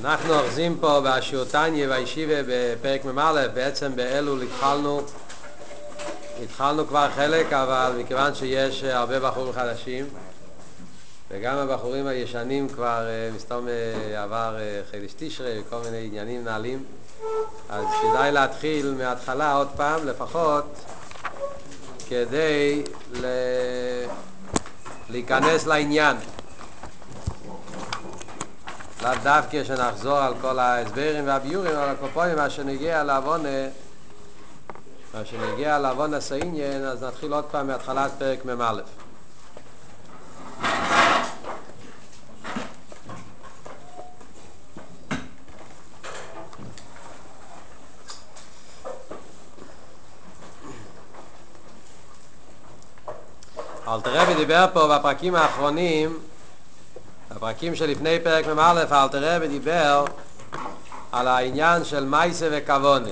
אנחנו אוחזים פה בשיעור תניא והישיבה בפרק מ"א. בעצם באלול התחלנו כבר חלק, אבל מכיוון שיש הרבה בחורים חדשים וגם הבחורים הישנים כבר מסתום עבר חידש תשרי וכל מיני עניינים נעלים, אז כדאי להתחיל מההתחלה עוד פעם לפחות כדי להיכנס לעניין, לאו דווקא שנחזור על כל ההסברים והביורים, אבל הקופונים מה שנגיע לעוון העניין, אז נתחיל עוד פעם מהתחלת פרק מ"א. אלתר רבי דיבר פה בפרקים האחרונים, בפרקים שלפני פרק מ"א, אלתר רבי דיבר על העניין של מייסה וכוונה.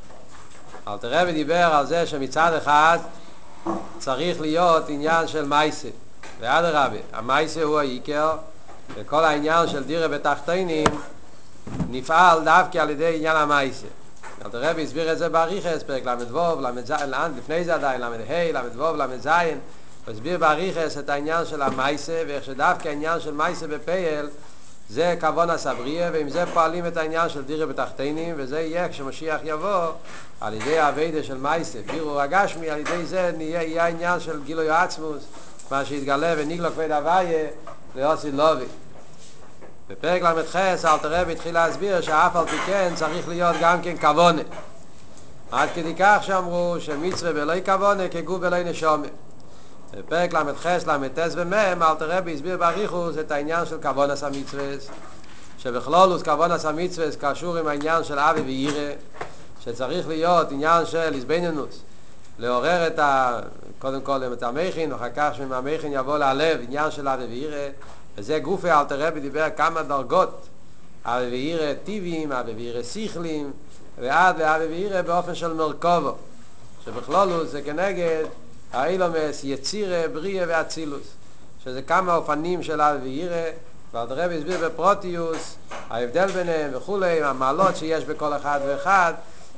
אלתר רבי דיבר על זה שמצד אחד צריך להיות עניין של מייסה, ואדרבה, המייסה הוא העיקר, וכל העניין של דירה בתחתינים נפעל דווקא על ידי עניין המייסה. אלתר רבי הסביר את זה באריכות, פרק ל"ו, ל"ז, לפני זה עדיין ל"ה, ל"ו, ל"ז, הסביר באריכות את העניין של המייסה, ואיך שדווקא העניין של מייסה בפייל זה כוונה סבריה, ועם זה פועלים את העניין של דירה בתחתינים, וזה יהיה כשמשיח יבוא על ידי העבודה של מייסה, בירור הגשמי, על ידי זה יהיה העניין של גילוי עצמוס, מה שהתגלה ונגלו כבד הוויה ליוסי לובי. בפרק ל"ח אלתר רבי התחיל להסביר שאף על פי כן צריך להיות גם כן כוונה, עד כדי כך שאמרו שמצווה בלא כוונה כגוף בלא נשומה. בפרק ל"ח, ל"ט ומ"ם אלתר רבי הסביר באריכות את העניין של כוונס המצווה, שבכלולוס כוונס המצווה קשור עם העניין של אבי וירא, שצריך להיות עניין של איזבנינוס, לעורר קודם כל את המכין, ואחר כך שמהמכין יבוא ללב עניין של אבי וירא, וזה גופי אלתר רבי דיבר כמה דרגות, אבי וירא טיביים, אבי וירא שכליים, ועד לאבי וירא באופן של מרכובו, שבכלולוס זה כנגד האילומס, יצירה, בריאה ואצילוס, שזה כמה אופנים של אבי וירא, ואלתר רבי הסביר בפרוטיוס ההבדל ביניהם וכולי, המעלות שיש בכל אחד ואחד.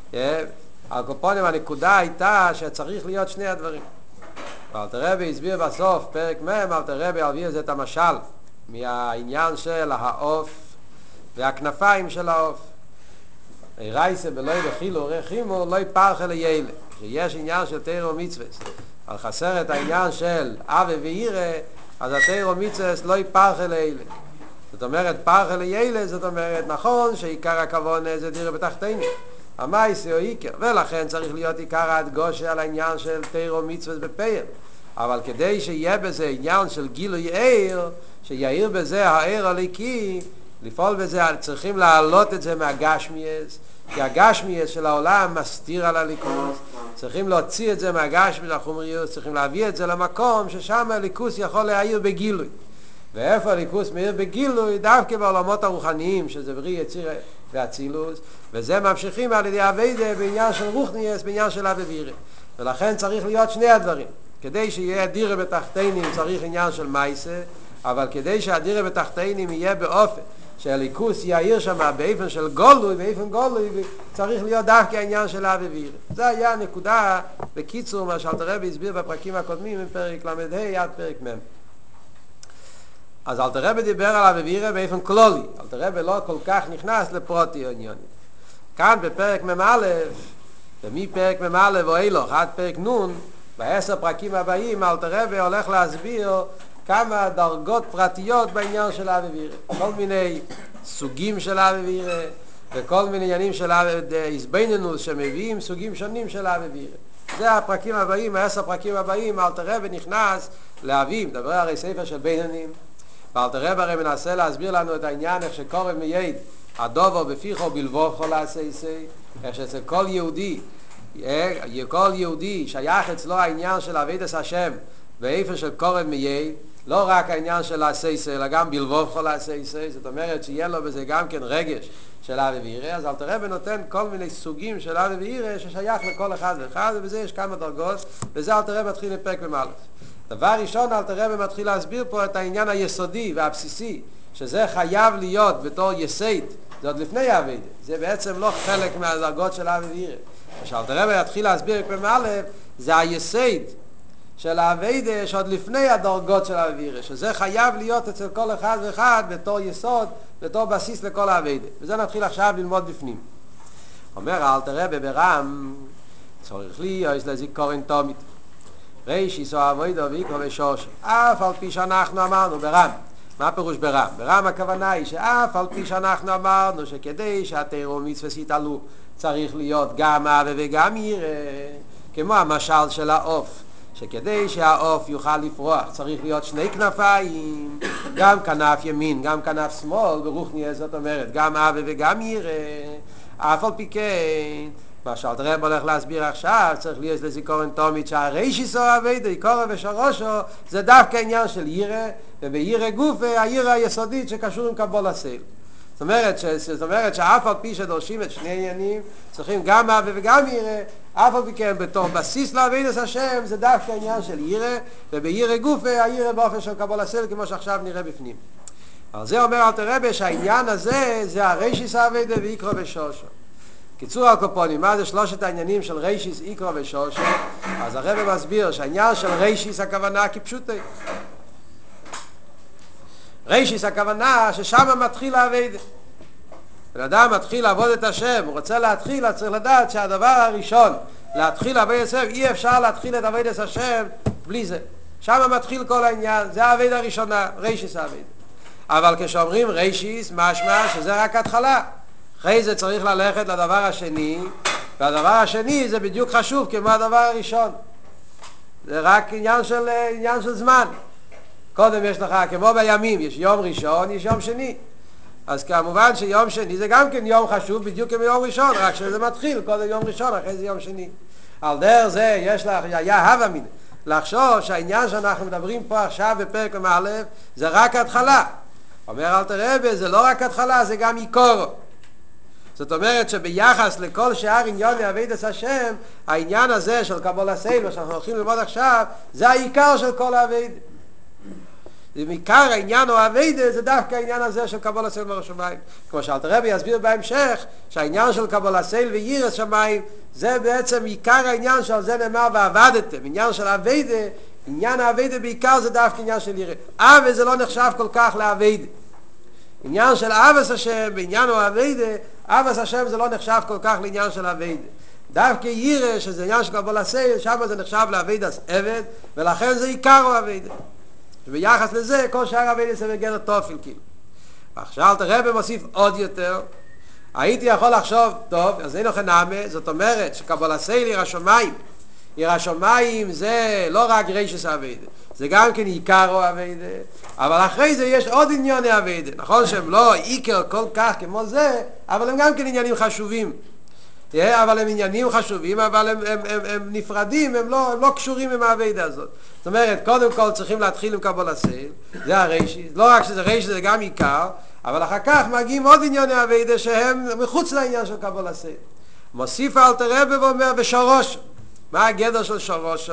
על קופונים הנקודה הייתה שצריך להיות שני הדברים. ואלתר רבי הסביר בסוף פרק מ', אלתר רבי הביא את זה את המשל מהעניין של העוף והכנפיים של העוף. רייסה בלוי בחילו רחימו לא יפרח אל יילה, שיש עניין של תורה ומצוות, על חסר את העניין של אבי וירא, אז התורה ומצוות לא יפרח אל יילה. זאת אומרת פרח אל יילה, זאת אומרת נכון שעיקר הכוונה זה דירה בתחתינים, המייסה הוא עיקר, ולכן צריך להיות עיקר ההדגשה על העניין של תורה ומצוות בפייל, אבל כדי שיהיה בזה עניין של גילוי עיר, שיעיר בזה העיר הליקי, לפעול בזה צריכים להעלות את זה מהגשמיאס, כי הגשמיאס של העולם מסתיר על הליכוס, צריכים להוציא את זה מהגשמיאס לחומריות, צריכים להביא את זה למקום ששם הליכוס יכול להעיר בגילוי. ואיפה הליכוס מאיר בגילוי? דווקא בעולמות הרוחניים, שזה בריא, יציר ואצילוס, וזה ממשיכים על ידי עבודה בעניין של רוחניאס, בעניין של אבי וירא. ולכן צריך להיות שני הדברים. כדי שיהיה דירה בתחתינים צריך עניין של מייסה, אבל כדי שהדירה בתחתינים יהיה באופן שהליכוס יעיר שם באופן של גולוי, באופן גולוי צריך להיות דווקא העניין של אבי וירא. זה היה הנקודה בקיצור מה שאלתר רבי הסביר בפרקים הקודמים מפרק ל"ה עד פרק מ'. אז אלתר רבי דיבר על אבי וירא באופן כללי, אלתר רבי לא כל כך נכנס לפרוטי עניונים. כאן בפרק מ"א, ומפרק מ"א ואילך עד פרק נ', ב10 פרקים הבאים אלתר רבי הולך להסביר כמה דרגות פרטיות בעניין של אבי וירא, כל מיני סוגים של אבי וירא וכל מיני עניינים של איזבנינוס שמביאים סוגים שונים של אבי וירא. זה הפרקים הבאים, 10 פרקים הבאים אלתר רבי נכנס להביא, מדבר הרי ספר של בינונים, ואלתר רבי הרי מנסה להסביר לנו את העניין איך שקורא מייד הדובר בפיחו בלבובכו לעשייסי, איך שאצל כל יהודי שייך אצלו העניין של עבודת השם באופן של קורא מייד, לא רק העניין של העשייסי אלא גם בלבובכו לעשייסי, זאת אומרת שיהיה לו בזה גם כן רגש של אבי וירא. אז אלתר רבי נותן כל מיני סוגים של אבי וירא ששייך לכל אחד ואחד, ובזה יש כמה דרגות, וזה אלתר רבי מתחיל לפרק מ"א. דבר ראשון אלתר רבי מתחיל להסביר פה את העניין היסודי והבסיסי, שזה חייב להיות בתור יסוד זה עוד לפני האביידה, זה בעצם לא חלק מהדרגות של האבי וירא. כשאלתר רבי יתחיל להסביר בפעם א', זה היסוד של האביידה שעוד לפני הדרגות של האבי וירא, שזה חייב להיות אצל כל אחד ואחד בתור יסוד, בתור בסיס לכל האביידה. וזה נתחיל עכשיו ללמוד בפנים. אומר אלתר רבי ברם, צריך להיות לזיכרון תמיד. רישיס או אביידה ויקרא ושורש, אף על פי שאנחנו אמרנו ברם. מה פירוש ברם? ברם הכוונה היא שאף על פי שאנחנו אמרנו שכדי שהתורה ומצוות יתעלו צריך להיות גם אבא וגם ירא, כמו המשל של העוף, שכדי שהעוף יוכל לפרוח צריך להיות שני כנפיים, גם כנף ימין, גם כנף שמאל, ברוחני זאת אומרת, גם אבא וגם ירא. אף על פי כן, מה שאלתר רבי הולך להסביר עכשיו, צריך להיות לזיכרון תמיד שהרישיס או אביידה, עיקרו ושורשו, זה דווקא עניין של ירא, ובירא גוף הירא היסודית שקשור עם קבלה סייל. זאת אומרת שאף על פי שדורשים את שני עניינים, צריכים גם אבא וגם ירא, אף על פי כן בתור בסיס לעבודת השם, זה דווקא עניין של ירא, ובירא גוף הירא באופן של קבלה סייל, כמו שעכשיו נראה בפנים. על זה אומר אלתר רבי שהעניין הזה זה הרישיס אביידה ועיקרו ושורשו. קיצור הקופונים, מה זה שלושת העניינים של רישיס, עיקרו ושורשו? אז הרבי מסביר שהעניין של רישיס הכוונה כפשוטו. רישיס הכוונה ששם מתחיל העבודה. בן אדם מתחיל לעבוד את השם, הוא רוצה להתחיל, צריך לדעת שהדבר הראשון, להתחיל לעבוד את השם, אי אפשר להתחיל את עבודת השם בלי זה. שם מתחיל כל העניין, זה העבודה הראשונה, רישיס העבודה. אבל כשאומרים רישיס, משמע שזה רק התחלה. אחרי זה צריך ללכת לדבר השני, והדבר השני זה בדיוק חשוב כמו הדבר הראשון. זה רק עניין של זמן. קודם יש לך, כמו בימים, יש יום ראשון, יש יום שני. אז כמובן שיום שני זה גם כן יום חשוב בדיוק כמו יום ראשון, רק שזה מתחיל קודם יום ראשון, אחרי זה יום שני. על דרך זה יש לך, היה הווה מן, לחשוב שהעניין שאנחנו מדברים פה עכשיו בפרק א' זה רק התחלה. אומר אלתר רבי, זה לא רק התחלה, זה גם עיקרו. זאת אומרת שביחס לכל שאר עניון עבודת השם, העניין הזה של קבלה סייל, שאנחנו הולכים ללמוד עכשיו, זה העיקר של כל העבודה. ומעיקר העניין או העבודה זה דווקא העניין הזה של קבלה סייל ויראת שמיים. כמו שאלתר רבי יסביר בהמשך, שהעניין של קבלה סייל ויראת שמיים, זה בעצם עיקר העניין שעל זה נאמר ועבדתם. עניין של העבודה, עניין העבודה בעיקר זה דווקא עניין של יראה. וזה לא נחשב כל כך לעבודה. עניין של אהבת השם, בעניין או העבודה, אהבת השם זה לא נחשב כל כך לעניין של העבודה. דווקא יראה שזה עניין של קבלה סייל, שם זה נחשב לעבודת עבד, ולכן זה עיקר או העבודה. וביחס לזה, כל שאר העבודה זה בגדר תופל כאילו. עכשיו אלתר רבי מוסיף עוד יותר, הייתי יכול לחשוב, טוב, אז אין לכם נעמה, זאת אומרת שקבלה סייל יראת שמיים. יראת שמיים זה לא רק רישיס העבודה, זה גם כן עיקר או עבודה, אבל אחרי זה יש עוד ענייני עבודה. נכון שהם לא עיקר כל כך כמו זה, אבל הם גם כן עניינים חשובים. אבל הם עניינים חשובים, אבל הם נפרדים, הם לא קשורים עם העבודה הזאת. זאת אומרת, קודם כל צריכים להתחיל עם קבלה סייל, זה הרישיס, לא רק שזה רישיס זה גם עיקר, אבל אחר כך מגיעים עוד ענייני עבודה שהם מחוץ לעניין של קבלה סייל. מוסיף אלתר רבי ואומר בשורש. מה הגדר של שורש?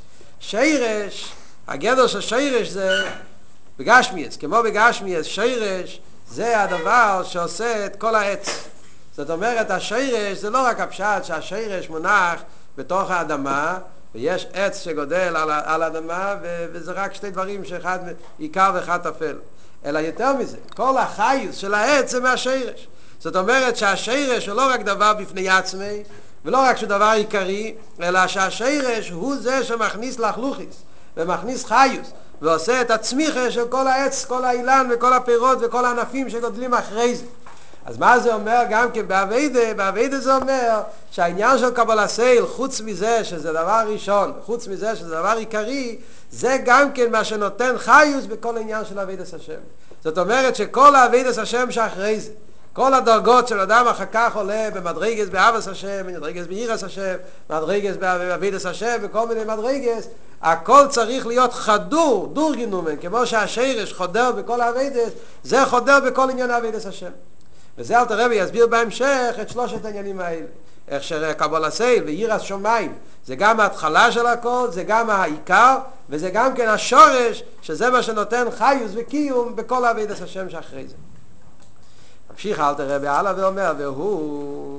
שרש, הגדר של שרש זה בגשמיאס, כמו בגשמיאס, שרש זה הדבר שעושה את כל העץ. זאת אומרת, השרש זה לא רק הפשט שהשרש מונח בתוך האדמה, ויש עץ שגודל על האדמה, וזה רק שתי דברים שאחד עיקר ואחד טפל. אלא יותר מזה, כל החיות של העץ זה מהשרש. זאת אומרת שהשרש הוא לא רק דבר בפני עצמי, ולא רק שהוא דבר עיקרי, אלא שהשרש הוא זה שמכניס לחלוכיס, ומכניס חיוס, ועושה את הצמיחה של כל העץ, כל האילן וכל הפירות וכל הענפים שגודלים אחרי זה. אז מה זה אומר גם כן בעבודה? בעבודה זה אומר שהעניין של קבלה סייל, חוץ מזה שזה דבר ראשון, חוץ מזה שזה דבר עיקרי, זה גם כן מה שנותן חיוס בכל העניין של עבודת השם. זאת אומרת שכל עבודת השם שאחרי זה, כל הדרגות של אדם אחר כך עולה במדרגס באהבת השם, במדרגס ביראת השם, מדרגס בעבודת השם, בכל מיני מדרגס, הכל צריך להיות חדור, דור גינומן, כמו שהשרש חודר בכל העבודת, זה חודר בכל עניין עבודת השם. וזה אלתר רבי יסביר בהמשך את שלושת העניינים האלה. איך שקבלה סייל ויראת שמיים, זה גם ההתחלה של הכל, זה גם העיקר, וזה גם כן השורש, שזה מה שנותן חיוס וקיום בכל עבודת השם שאחרי זה. ממשיך אלתר רבי הלאה ואומר, והוא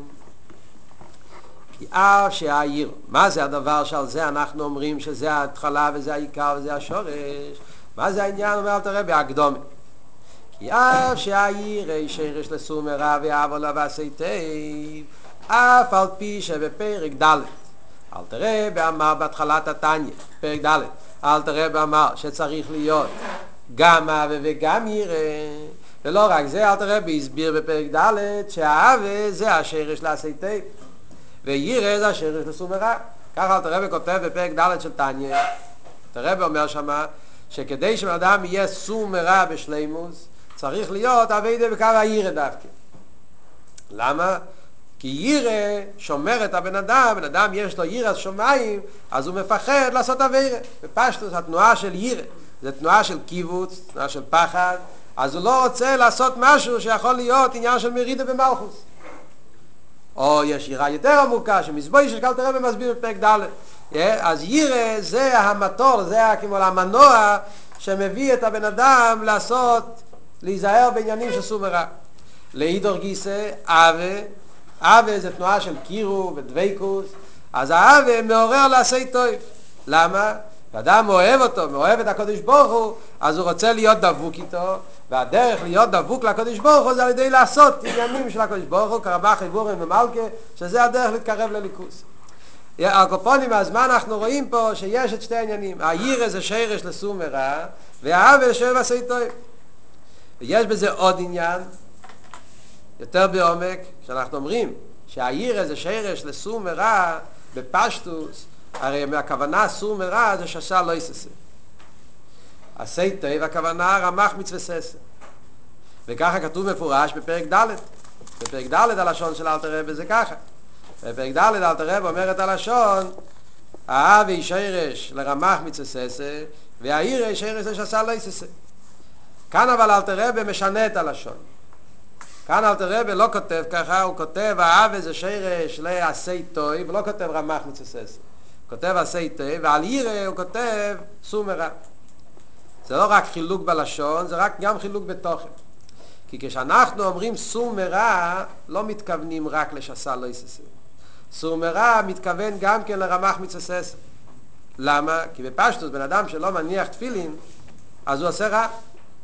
כי אף שהעיר, מה זה הדבר שעל זה אנחנו אומרים שזה ההתחלה וזה העיקר וזה השורש? מה זה העניין? אומר אלתר רבי הקדומה. כי אף שהעיר שרש לסומא רע ועוול לה ועשה טוב, אף על פי שבפרק ד' אלתר רבי אמר בהתחלת התניא, פרק ד' אלתר רבי אמר שצריך להיות גם עוול וגם ירא, ולא רק זה, אלתר רבי הסביר בפרק ד' שהעוול זה השרש לעשה טוב וירא זה השרש לסומא רע. ככה אלתר רבי כותב בפרק ד' של תניא. אלתר רבי אומר שמה שכדי שבן אדם יהיה סומא רע בשלימוס צריך להיות עבודה בקו הירא דווקא. למה? כי ירא שומר את הבן אדם, בן אדם יש לו יראת שמיים, אז הוא מפחד לעשות עבירה. בפשטוס התנועה של ירא זה תנועה של קיבוץ, תנועה של פחד, אז הוא לא רוצה לעשות משהו שיכול להיות עניין של מרידה במלכוס. או יש יראה יותר עמוקה שמסבוי שאלתר רבי מסביר בפרק ד'. אז ירא זה המטור, זה כמו המנוע שמביא את הבן אדם להיזהר בעניינים של סומא רע. לאידור גיסא עוול זה תנועה של קירוב ודבקות, אז העוול מעורר לעשה טוב. למה? האדם אוהב אותו, אוהב את הקדוש ברוך הוא, אז הוא רוצה להיות דבוק איתו, והדרך להיות דבוק לקדוש ברוך הוא זה על ידי לעשות עניינים של הקדוש ברוך הוא, כרבה חיבורים ומלכה, שזה הדרך להתקרב לליכוס. הקופונים, אז מה אנחנו רואים פה? שיש את שתי העניינים. הירא זה שרש לסומא רע, והעוול זה שרש לעשה טוב. ויש בזה עוד עניין, יותר בעומק, שאנחנו אומרים שהירא זה שרש לסומא רע, בפשטוס, הרי מהכוונה סומא רע זה שעשה לא יססה. עשה טוב, הכוונה רמ"ח מצווה ססה. וככה כתוב מפורש בפרק ד'. בפרק ד' הלשון של אלתר רבי זה ככה. בפרק ד' אלתר רבי אומר את הלשון, העוול שרש לרמ"ח מצווה ססה, והירא שרש לשעשה לא יססה. כאן אבל אלתר רבי משנה את הלשון. כאן אלתר רבי לא כותב ככה, הוא כותב העוול זה שרש לעשה טוב, ולא כותב רמ"ח מצווה ססה. כותב עשה טוב, ועל ירא הוא כותב סומא רע. זה לא רק חילוק בלשון, זה רק גם חילוק בתוכן. כי כשאנחנו אומרים סומא רע, לא מתכוונים רק לשעשה לא יססה. סומא רע מתכוון גם כן לרמ"ח מצווה ססה. למה? כי בפשטוס בן אדם שלא מניח תפילין, אז הוא עושה רע.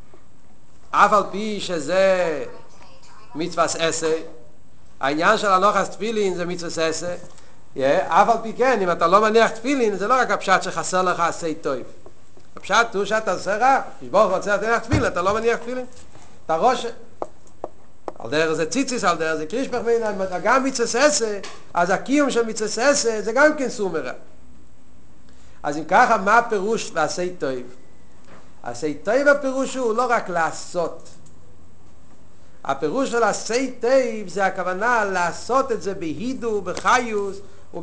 אף על פי שזה מצווה ססה, העניין של הנחת תפילין זה מצווה ססה, אף על פי כן, אם אתה לא מניח תפילין, זה לא רק הפשט שחסר לך עשה טוב. הפשט הוא שאתה עושה רע, כשברוך רוצה להניח תפילין, אתה לא מניח תפילין, אתה ראש. על דרך זה ציציס, על דרך זה קרישפך מינה, אם אתה גם מצווה ססה, אז הקיום של מצווה ססה זה גם כן סומא רע. אז אם ככה, מה הפירוש ועשה טוב? עשה טוב הפירוש הוא לא רק לעשות. הפירוש של עשה טוב זה הכוונה לעשות את זה בהידו, בחיוס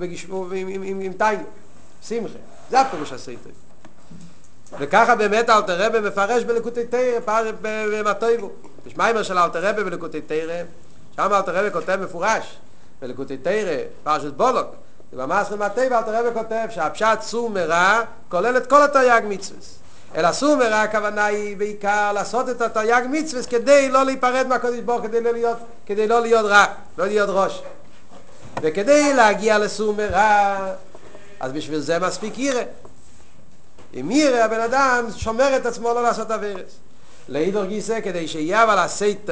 עם תיינו, שמחה. זה הפירוש עשה טוב. וככה באמת אלתר רבי מפרש בליקוטי תורה, במטויבו. יש מיימר של אלתר רבי בליקוטי תורה, שם אלתר רבי כותב מפורש, בליקוטי תורה, פרשת בולוק, במאמר מטויבו אלתר רבי כותב שהפשט סומא רע כולל את כל התרי"ג מצוות. אלא סומא רע הכוונה היא בעיקר לעשות את התרי"ג מצוות כדי לא להיפרד מהקדוש ברוך הוא, כדי לא להיות רע, לא להיות ראש. וכדי להגיע לסומא רע, אז בשביל זה מספיק ירא. אם ירא הבן אדם שומר את עצמו לא לעשות עבירות. לאידור גיסא כדי שיהיה אבל עשה טוב,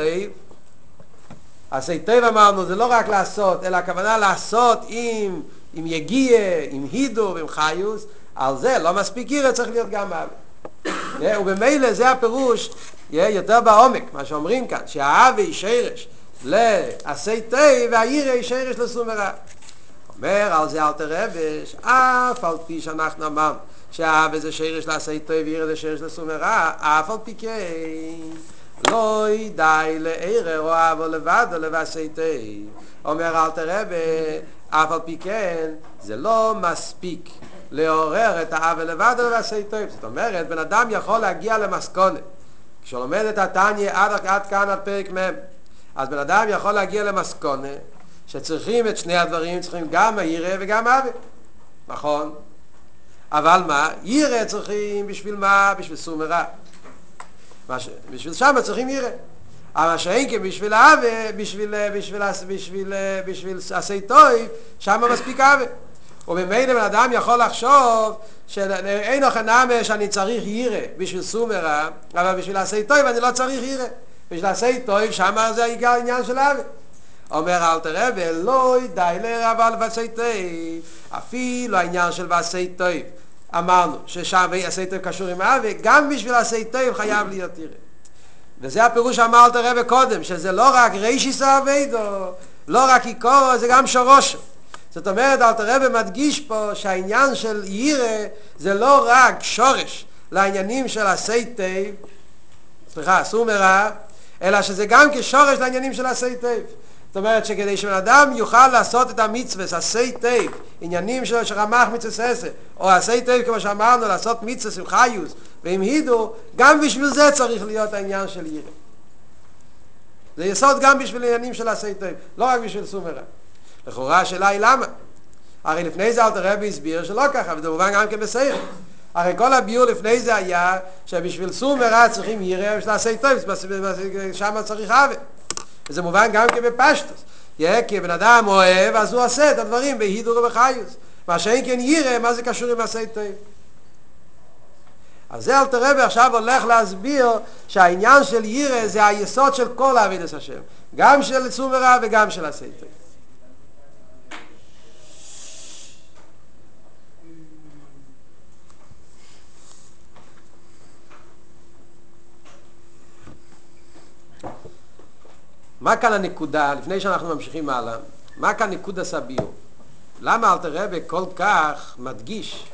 עשה טוב אמרנו זה לא רק לעשות, אלא הכוונה לעשות עם יגיע, עם הידור ועם חיוס, על זה לא מספיק ירא, צריך להיות גם עוול. ובמילא זה הפירוש יותר בעומק, מה שאומרים כאן, שהעוול שרש לעשה טוב והירא שרש לסומא רע. אומר על זה אלתר רבי, אף על פי שאנחנו אמרנו שהעוול זה שרש לעשה טוב וירא זה שרש לסומא רע, אף על פי כן לא די לערר או עוול לבד או לעשה טוב. אומר אלתר רבי, אף על פי כן זה לא מספיק לעורר את העוול לבד או לעשה טוב. זאת אומרת, בן אדם יכול להגיע למסקנה. כשלומד את התניא עד כאן עד פרק מ', אז בן אדם יכול להגיע למסקנה שצריכים את שני הדברים, צריכים גם הירא וגם עוול. נכון? אבל מה? ירא צריכים בשביל מה? בשביל סומא רע. בשביל שם צריכים ירא. אבל שאין כבשביל אהבה, בשביל עשי טוב, שם מספיק אהבה. וממילא בן אדם יכול לחשוב שאין אוכנמה שאני צריך ירא בשביל סומרה, אבל בשביל עשי טוב אני לא צריך ירא. בשביל עשי טוב שם זה העיקר העניין של אהבה. אומר אלתר רבי, לא די לרב ועשי טוב, אפילו העניין של ועשי טוב, אמרנו ששם עשי טוב קשור עם אהבה, גם בשביל עשי טוב חייב להיות ירא. וזה הפירוש שאמר אלתר רבי קודם, שזה לא רק רישיס האביידו, לא רק עיקרו, זה גם שורשו. זאת אומרת, אלתר רבי מדגיש פה שהעניין של ירא זה לא רק שורש לעניינים של עשי טוב, סומרה, אלא שזה גם כשורש לעניינים של עשי טוב. זאת אומרת שכדי שבן אדם יוכל לעשות את המצווה, עשי טוב, עניינים שלו שרמח מצווה עשה, או עשי טוב כמו שאמרנו, לעשות מצווה עם חיוס ועם הידו, גם בשביל זה צריך להיות העניין של ירא. זה יסוד גם בשביל עניינים של עשי טוב, לא רק בשביל סומרה. לכאורה השאלה היא למה? הרי לפני זה אלתר רבי הסביר שלא ככה, וזה מובן גם כן בסייכל. הרי כל הביור לפני זה היה שבשביל סומרה צריכים ירא, בשביל עשי טוב, שם צריך אהבה. וזה מובן גם כן בפשטוס. כי בן אדם אוהב, אז הוא עושה את הדברים בהידור ובחיוס. מה שאין כן ירא, מה זה קשור עם עשי טוב? אז זה אלתר רבי עכשיו הולך להסביר שהעניין של ירא זה היסוד של כל עבודת השם. גם של סומרה וגם של עשי טוב. מה כאן הנקודה, לפני שאנחנו ממשיכים הלאה, מה כאן נקודה סביור? למה אלתר רבי כל כך מדגיש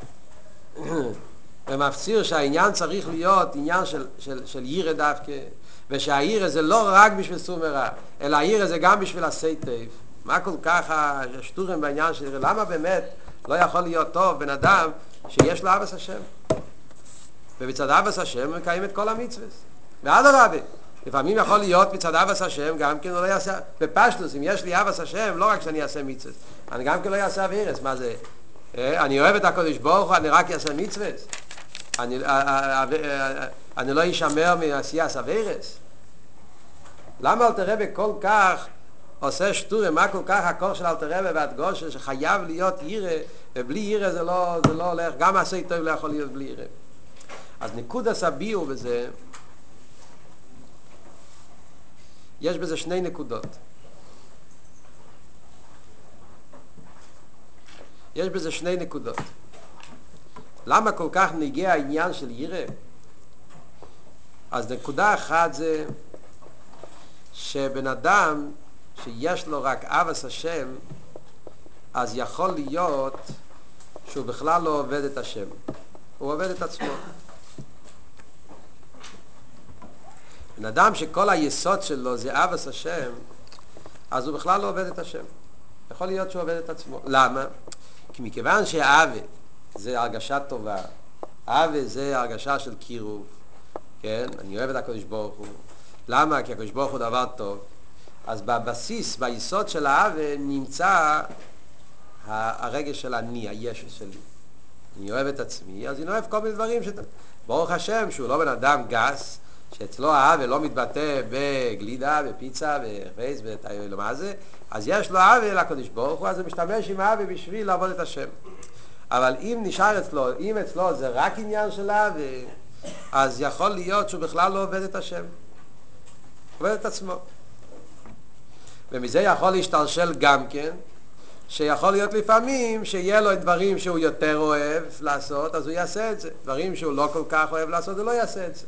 ומפציר שהעניין צריך להיות עניין של ירא דווקא, ושהירא זה לא רק בשביל סומרה, אלא הירא זה גם בשביל עשי טוב? מה כל כך השטורים בעניין של ירא? למה באמת לא יכול להיות טוב בן אדם שיש לו אהבת השם? ובצד אהבת השם מקיים את כל המצוות. ואדרבה, לפעמים יכול להיות מצד אהבת השם גם כן לא יעשה, בפשטוס, אם יש לי אהבת השם, לא רק שאני אעשה מצוות, אני גם כן לא אעשה אבירס. מה זה? אני אוהב את הקדוש ברוך הוא, אני רק אעשה מצוות? אני לא אשמר מעשיית אבירס? למה אלתר רבי כל כך עושה שטורים? מה כל כך הכוח של אלתר רבי והדגוש שחייב להיות ירא, ובלי ירא זה לא הולך, גם עשי טוב לא יכול להיות בלי ירא. אז נקודה סביור בזה, יש בזה שני נקודות. יש בזה שני נקודות. למה כל כך נגיע העניין של ירא? אז נקודה אחת זה שבן אדם שיש לו רק אהבת השם, אז יכול להיות שהוא בכלל לא עובד את השם, הוא עובד את עצמו. בן אדם שכל היסוד שלו זה אהבת השם, אז הוא בכלל לא עובד את השם. יכול להיות שהוא עובד את עצמו. למה? כי מכיוון שאהבה זה הרגשה טובה, אהבה זה הרגשה של קירוב, כן? אני אוהב את הקדוש ברוך הוא. למה? כי הקדוש ברוך הוא דבר טוב. אז בבסיס, ביסוד של האהבה נמצא הרגש של אני, הישוס שלי. אני אוהב את עצמי, אז אני אוהב כל מיני דברים ברוך השם, שהוא לא בן אדם גס, שאצלו האהבה לא מתבטא בגלידה, בפיצה, בחפש, לא מה זה, אז יש לו אהבה לקדוש ברוך הוא, אז הוא משתמש עם אהבה בשביל לעבוד את השם. אבל אם נשאר אצלו, אם אצלו זה רק עניין של אהבה, אז יכול להיות שהוא בכלל לא עובד את השם, עובד את עצמו. ומזה יכול להשתלשל גם כן, שיכול להיות לפעמים שיהיה לו דברים שהוא יותר אוהב לעשות, אז הוא יעשה את זה. דברים שהוא לא כל כך אוהב לעשות, הוא לא יעשה את זה.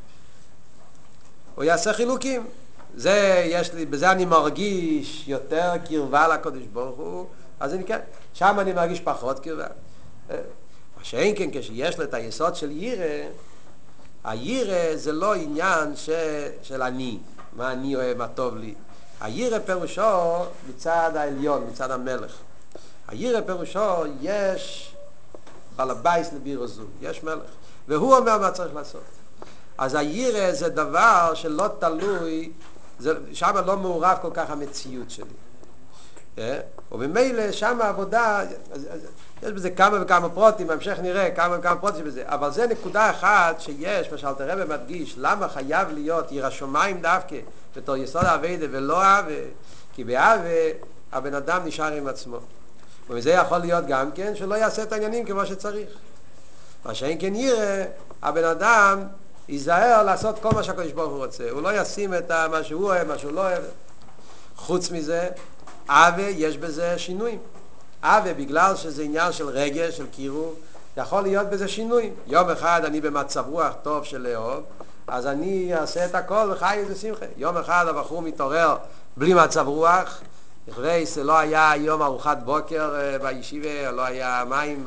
הוא יעשה חילוקים. בזה אני מרגיש יותר קרבה לקדוש ברוך הוא, אז שם אני מרגיש פחות קרבה. מה שאין כן, כשיש לו את היסוד של ירא, הירא זה לא עניין של אני, מה אני אוהב, מה טוב לי. הירא פירושו מצד העליון, מצד המלך. הירא פירושו יש בעל הבית לבירו זו, יש מלך, והוא אומר מה צריך לעשות. אז הירא זה דבר שלא תלוי, שם לא מעורב כל כך המציאות שלי. ובמילא שם העבודה, יש בזה כמה וכמה פרוטים, בהמשך נראה כמה וכמה פרוטים בזה, אבל זה נקודה אחת שיש, מה שאלתר רבי מדגיש, למה חייב להיות ירא שמיים דווקא בתור יסוד העבודה ולא אהבה, כי באהבה הבן אדם נשאר עם עצמו. ומזה יכול להיות גם כן שלא יעשה את העניינים כמו שצריך. מה שאין כן יראה, הבן אדם ייזהר לעשות כל מה שהקדוש ברוך הוא רוצה. הוא לא ישים את מה שהוא אוהב, מה שהוא לא אוהב. חוץ מזה, אהבה יש בזה שינויים. אהבה בגלל שזה עניין של רגש, של קירוב, יכול להיות בזה שינויים. יום אחד אני במצב רוח טוב של לאהוב, אז אני אעשה את הכל וחי איזה שמחה. יום אחד הבחור מתעורר בלי מצב רוח, זה לא היה יום ארוחת בוקר בישיבה, לא היה מים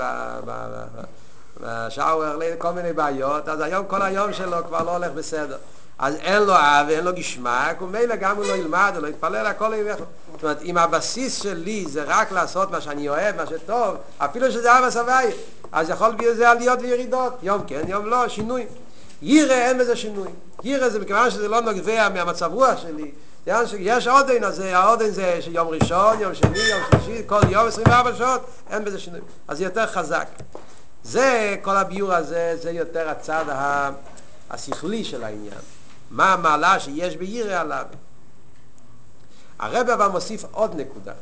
בשאוור, כל מיני בעיות, אז היום כל היום שלו כבר לא הולך בסדר. אז אין לו אהבה, אין לו גשמק, ומילא גם הוא לא ילמד, הוא לא יתפלל, הכל ילך. זאת אומרת, אם הבסיס שלי זה רק לעשות מה שאני אוהב, מה שטוב, אפילו שזה אהבה סבי, אז יכול להיות בזה עליות וירידות, יום כן, יום לא, שינוי. ירא אין בזה שינוי. ירא זה מכיוון שזה לא נובע מהמצב רוח שלי, יש עודן, אז העודן זה יום ראשון, יום שני, יום שלישי, כל יום 24 שעות, אין בזה שינוי. אז זה יותר חזק. זה, כל הביור הזה, זה יותר הצד השכלי של העניין. מה המעלה שיש בירא עליו. הרב אבל מוסיף עוד נקודה.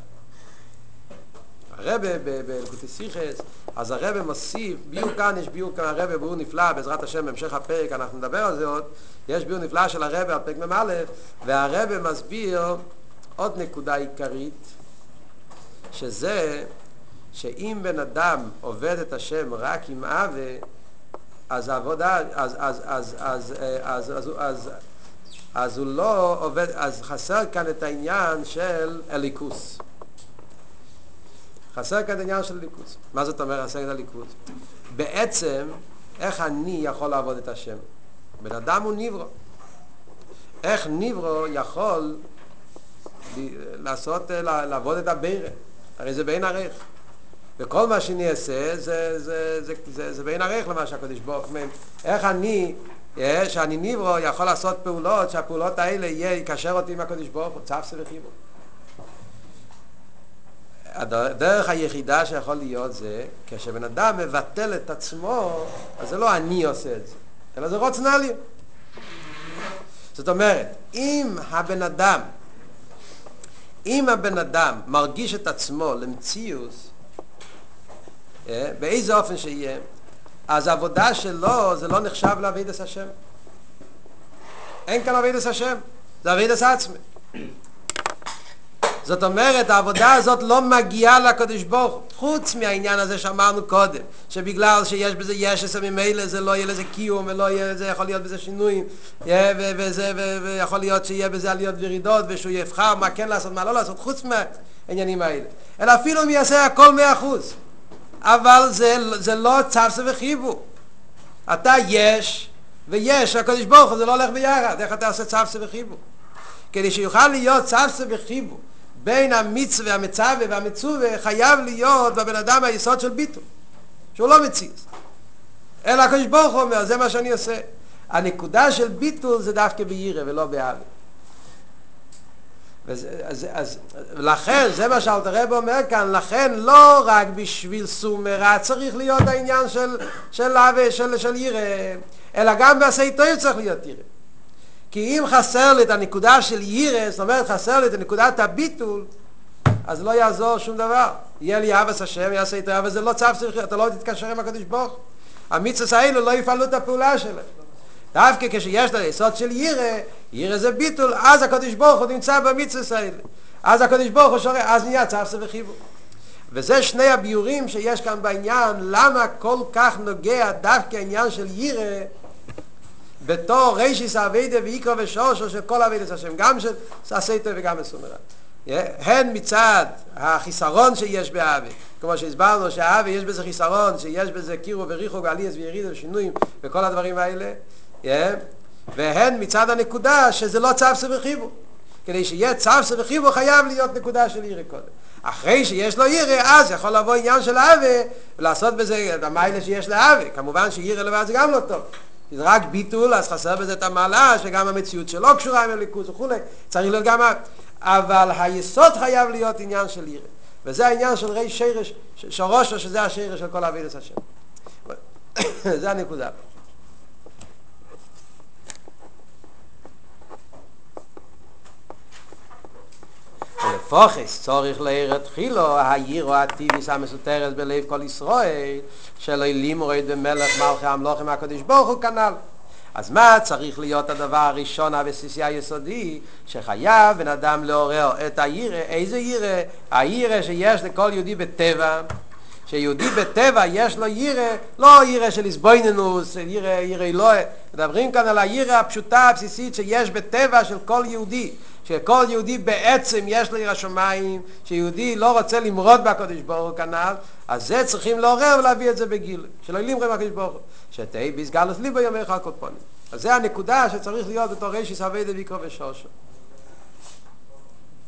הרב בליקוטי שיחס, אז הרב מוסיף, ביור כאן, יש ביור כאן, הרב ביור נפלא, בעזרת השם בהמשך הפרק, אנחנו נדבר על זה עוד, יש ביור נפלא של הרב על פרק מ"א, והרב מסביר עוד נקודה עיקרית, שזה שאם בן אדם עובד את השם רק עם אהבה, אז העבודה, אז הוא לא עובד, אז חסר כאן את העניין של אליקוס. חסר כאן את העניין של אליקוס. מה זאת אומרת חסר את אליקוס? בעצם, איך אני יכול לעבוד את השם? בן אדם הוא נברו. איך נברו יכול לעבוד את הבירה? הרי זה בין ערך. וכל מה שאני אעשה זה בין ערך למה שהקדוש ברוך הוא. איך אני, שאני נברו, יכול לעשות פעולות, שהפעולות האלה יקשר אותי עם הקדוש ברוך הוא, צפסה וחיבור. הדרך היחידה שיכול להיות זה, כשבן אדם מבטל את עצמו, אז זה לא אני עושה את זה, אלא זה רוצנה לי. זאת אומרת, אם הבן אדם מרגיש את עצמו למציאוס, באיזה אופן שיהיה, אז העבודה שלו זה לא נחשב לעבודת השם. אין כאן עבודת השם, זה עבודת עצמי. זאת אומרת, העבודה הזאת לא מגיעה לקדוש ברוך הוא, חוץ מהעניין הזה שאמרנו קודם, שבגלל שיש בזה ישס ממילא זה לא יהיה לזה קיום, ולא יהיה לזה, יכול להיות בזה שינויים, ויכול להיות שיהיה בזה עליות וירידות, ושהוא יבחר מה כן לעשות, מה לא לעשות, חוץ מהעניינים האלה. אלא אפילו אם יעשה הכל 100%. אבל זה לא צפסה וחיבור. אתה יש, ויש, הקדוש ברוך הוא זה לא הולך ביחד. איך אתה עושה צפסה וחיבור? כדי שיוכל להיות צפסה וחיבור בין המצווה והמצווה והמצווה, חייב להיות בבן אדם היסוד של ביטול, שהוא לא מציץ. אלא הקדוש ברוך הוא אומר, זה מה שאני עושה. הנקודה של ביטול זה דווקא בירא ולא באהבה. לכן, זה מה שאלתר רבי אומר כאן, לכן לא רק בשביל סומרה צריך להיות העניין של אהבה, של ירא, אלא גם בעשי טוב צריך להיות ירא. כי אם חסר לי את הנקודה של ירא, זאת אומרת חסר לי את נקודת הביטול, אז לא יעזור שום דבר. יהיה לי אהבת השם, יעשה טוב, אבל זה לא צו צריך, אתה לא תתקשר עם הקדוש ברוך הוא. המצוות האלו לא יפעלו את הפעולה שלהם. דווקא כשיש לה יסוד של ירא, ירא זה ביטול, אז הקדוש ברוך הוא נמצא במצוות האלה. אז הקדוש ברוך הוא שורה, אז נהיה צפסה וחיבור. וזה שני הביורים שיש כאן בעניין, למה כל כך נוגע דווקא העניין של ירא, בתור רישיס עבודה ויקרא ושורשו של כל עבודת השם, גם של עשי טוב וגם מסומרה. הן מצד החיסרון שיש באהבה, כמו שהסברנו שהאהבה יש בזה חיסרון, שיש בזה קירוב וריחוק ועליות וירידות ושינויים וכל הדברים האלה, והן מצד הנקודה שזה לא צפסה וחיבור. כדי שיהיה צפסה וחיבור חייב להיות נקודה של ירא קודם. אחרי שיש לו ירא, אז יכול לבוא עניין של אהבה ולעשות בזה את המיילה שיש לאהבה. כמובן שירא לבד זה גם לא טוב. זה רק ביטול, אז חסר בזה את המעלה, שגם המציאות שלו קשורה עם הליכוז וכו'. צריך להיות גם... אבל היסוד חייב להיות עניין של ירא. וזה העניין של רי שרש, שורשו, שזה השרש של כל עבודת השם. זה הנקודה. ולפוחס צורך להעיר תחילו העיר או הטיביס המסותרת בלב כל ישראל שלא לימוד במלך מלכי המלוכים הקדוש ברוך הוא כנ"ל. אז מה צריך להיות הדבר הראשון הבסיסי היסודי שחייב בן אדם לעורר את הירא? איזה ירא? הירא שיש לכל יהודי בטבע, שיהודי בטבע יש לו ירא, לא ירא של הסבויננוס, ירא אלוהי. מדברים כאן על הירא הפשוטה הבסיסית שיש בטבע של כל יהודי, שכל יהודי בעצם יש לו ירא שמיים, שיהודי לא רוצה למרוד בקדוש ברוך הוא כנ"ל. אז זה צריכים לעורר ולהביא את זה בגיל, שלא ימרוד בקדוש ברוך הוא, שתהי ביסגלוס ליבו יומך על כל פנים. אז זה הנקודה שצריך להיות בתור רישיס אביידה ויקרא ושושו.